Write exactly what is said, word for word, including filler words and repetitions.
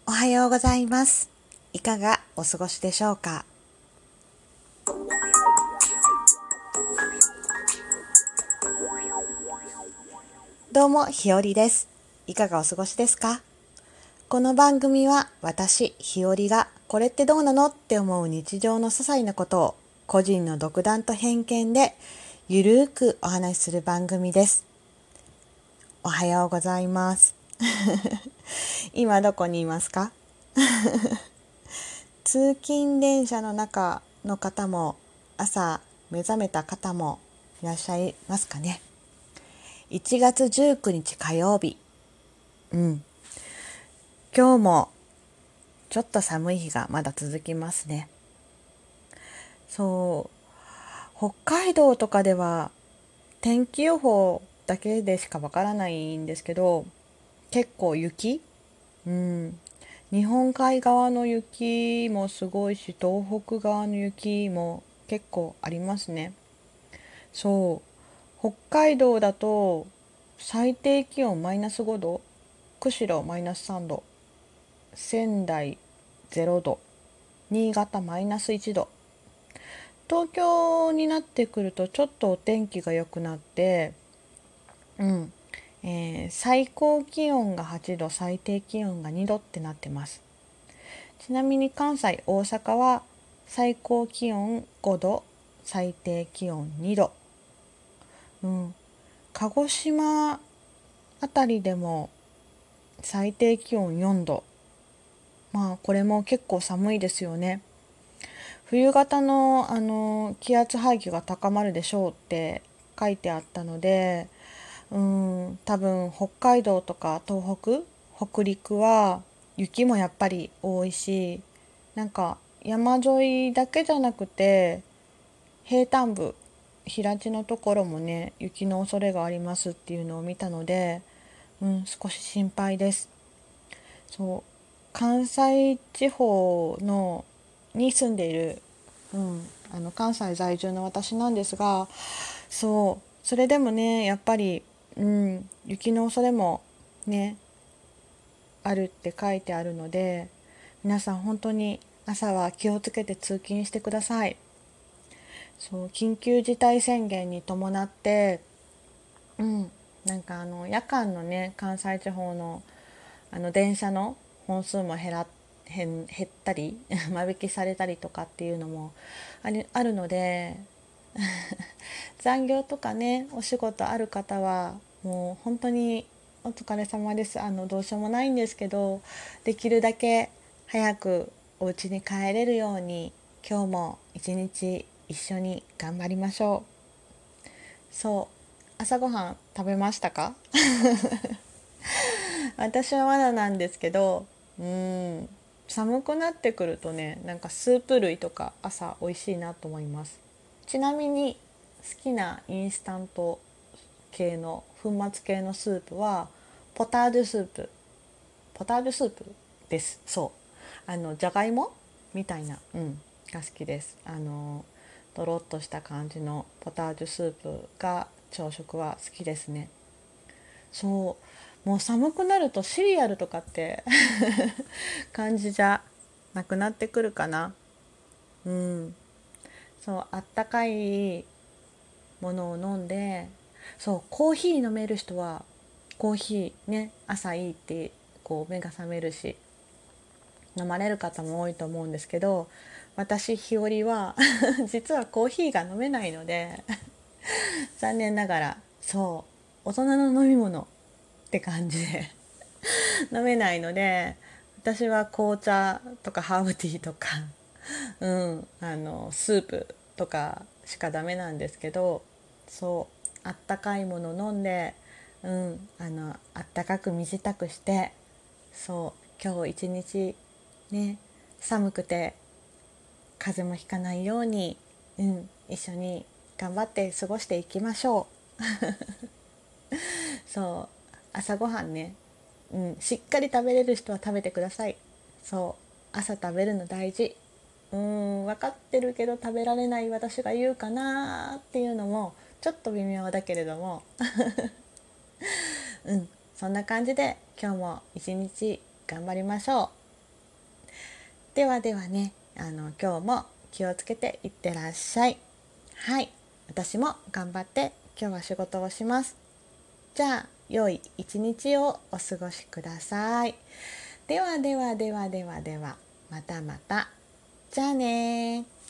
おはようございます。いかがお過ごしでしょうか。どうも、ひよりです。いかがお過ごしですか。この番組は私、ひよりがこれってどうなのって思う日常の些細なことを個人の独断と偏見でゆるーくお話しする番組です。おはようございます。今どこにいますか。通勤電車の中の方も朝目覚めた方もいらっしゃいますかね。いちがつじゅうくにち火曜日、うん、今日もちょっと寒い日がまだ続きますね。そう北海道とかでは天気予報だけでしかわからないんですけど、結構雪、うん、日本海側の雪もすごいし、東北側の雪も結構ありますね。そう北海道だと最低気温マイナスごど、釧路マイナスさんど、仙台ぜろど、新潟マイナスいちど。東京になってくるとちょっとお天気が良くなって、うん、えー最高気温がはちど、最低気温がにどってなってます。ちなみに関西、大阪は最高気温ごど、最低気温にど、うん、鹿児島あたりでも最低気温よんど。まあこれも結構寒いですよね。冬型の、あの気圧配置が高まるでしょうって書いてあったので、うん、多分北海道とか東北、北陸は雪もやっぱり多いし、なんか山沿いだけじゃなくて平坦部、平地のところもね、雪の恐れがありますっていうのを見たので、うん、少し心配です。そう関西地方のに住んでいる、うん、あの関西在住の私なんですが、そうそれでもねやっぱり、うん、雪の恐れもねあるって書いてあるので、皆さん本当に朝は気をつけて通勤してください。そう緊急事態宣言に伴って、うん、なんかあの夜間のね関西地方のあの電車の本数も減ら減減ったり間引きされたりとかっていうのもありあるので、残業とかねお仕事ある方はもう本当にお疲れ様です。あのどうしようもないんですけど、できるだけ早くお家に帰れるように今日も一日一緒に頑張りましょう。そう朝ごはん食べましたか。私はまだなんですけど、うーん寒くなってくるとね、なんかスープ類とか朝美味しいなと思います。ちなみに好きなインスタント系の粉末系のスープはポタージュスープポタージュスープです。そうあのじゃがいもみたいな、うん、が好きです。あのドロッとした感じのポタージュスープが朝食は好きですね。そうもう寒くなるとシリアルとかって感じじゃなくなってくるかな。うんそうあったかいものを飲んで、そうコーヒー飲める人はコーヒーね朝いいってこう目が覚めるし飲まれる方も多いと思うんですけど、私日和は実はコーヒーが飲めないので残念ながらそう大人の飲み物って感じで飲めないので、私は紅茶とかハーブティーとかうん、あのスープとかしかダメなんですけど、そうあったかいもの飲んで、うん、あのあったかく身支度して、そう今日一日ね寒くて風邪もひかないように、うん、一緒に頑張って過ごしていきましょう。そう朝ごはんね、うん、しっかり食べれる人は食べてください。そう朝食べるの大事。うーん分かってるけど食べられない私が言うかなっていうのもちょっと微妙だけれどもうんそんな感じで今日も一日頑張りましょではではね、あの今日も気をつけていってらっしゃい。はい、私も頑張って今日は仕事をします。じゃあ良い一日をお過ごしください。ではではではではでは、またまた。じゃあね。